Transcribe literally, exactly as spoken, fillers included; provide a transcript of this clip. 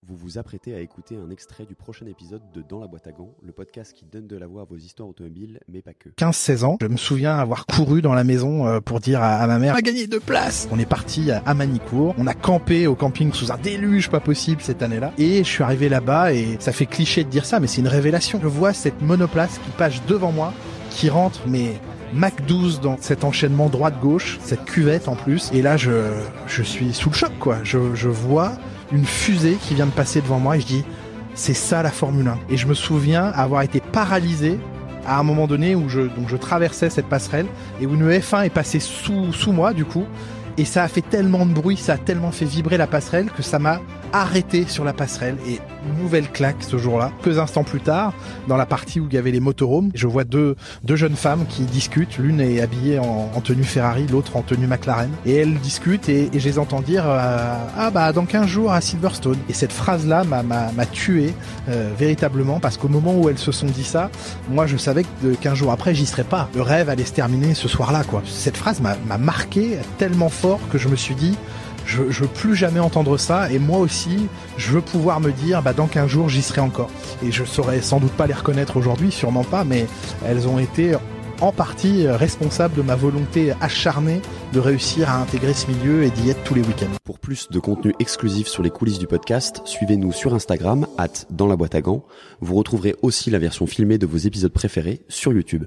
Vous vous apprêtez à écouter un extrait du prochain épisode de Dans la boîte à gants, le podcast qui donne de la voix à vos histoires automobiles, mais pas que. quinze seize ans, je me souviens avoir couru dans la maison pour dire à, à ma mère « On a gagné deux places !» On est parti à Manicourt, on a campé au camping sous un déluge pas possible cette année-là, et je suis arrivé là-bas et ça fait cliché de dire ça, mais c'est une révélation. Je vois cette monoplace qui passe devant moi, qui rentre, mais... Mac douze dans cet enchaînement droite-gauche, cette cuvette en plus, et là je je suis sous le choc quoi. Je je vois une fusée qui vient de passer devant moi et je dis c'est ça la Formule un. Et je me souviens avoir été paralysé à un moment donné où je donc je traversais cette passerelle et où une F un est passée sous sous moi du coup. Et ça a fait tellement de bruit, ça a tellement fait vibrer la passerelle que ça m'a arrêté sur la passerelle. Et nouvelle claque ce jour-là. Quelques instants plus tard, dans la partie où il y avait les motorhomes, je vois deux, deux jeunes femmes qui discutent. L'une est habillée en, en tenue Ferrari, l'autre en tenue McLaren. Et elles discutent et, et je les entends dire euh, « Ah bah dans quinze jours à Silverstone ». Et cette phrase-là m'a, m'a, m'a tué euh, véritablement parce qu'au moment où elles se sont dit ça, moi je savais que quinze jours après j'y serais pas. Le rêve allait se terminer ce soir-là quoi. Cette phrase m'a, m'a marqué tellement fort que je me suis dit je, je veux plus jamais entendre ça et moi aussi je veux pouvoir me dire bah dans quinze jours j'y serai encore et je saurais sans doute pas les reconnaître aujourd'hui, sûrement pas, mais elles ont été en partie responsables de ma volonté acharnée de réussir à intégrer ce milieu et d'y être tous les week-ends. Pour plus de contenu exclusif sur les coulisses du podcast, suivez-nous sur Instagram arobase dans la boîte à gants. Vous retrouverez aussi la version filmée de vos épisodes préférés sur YouTube.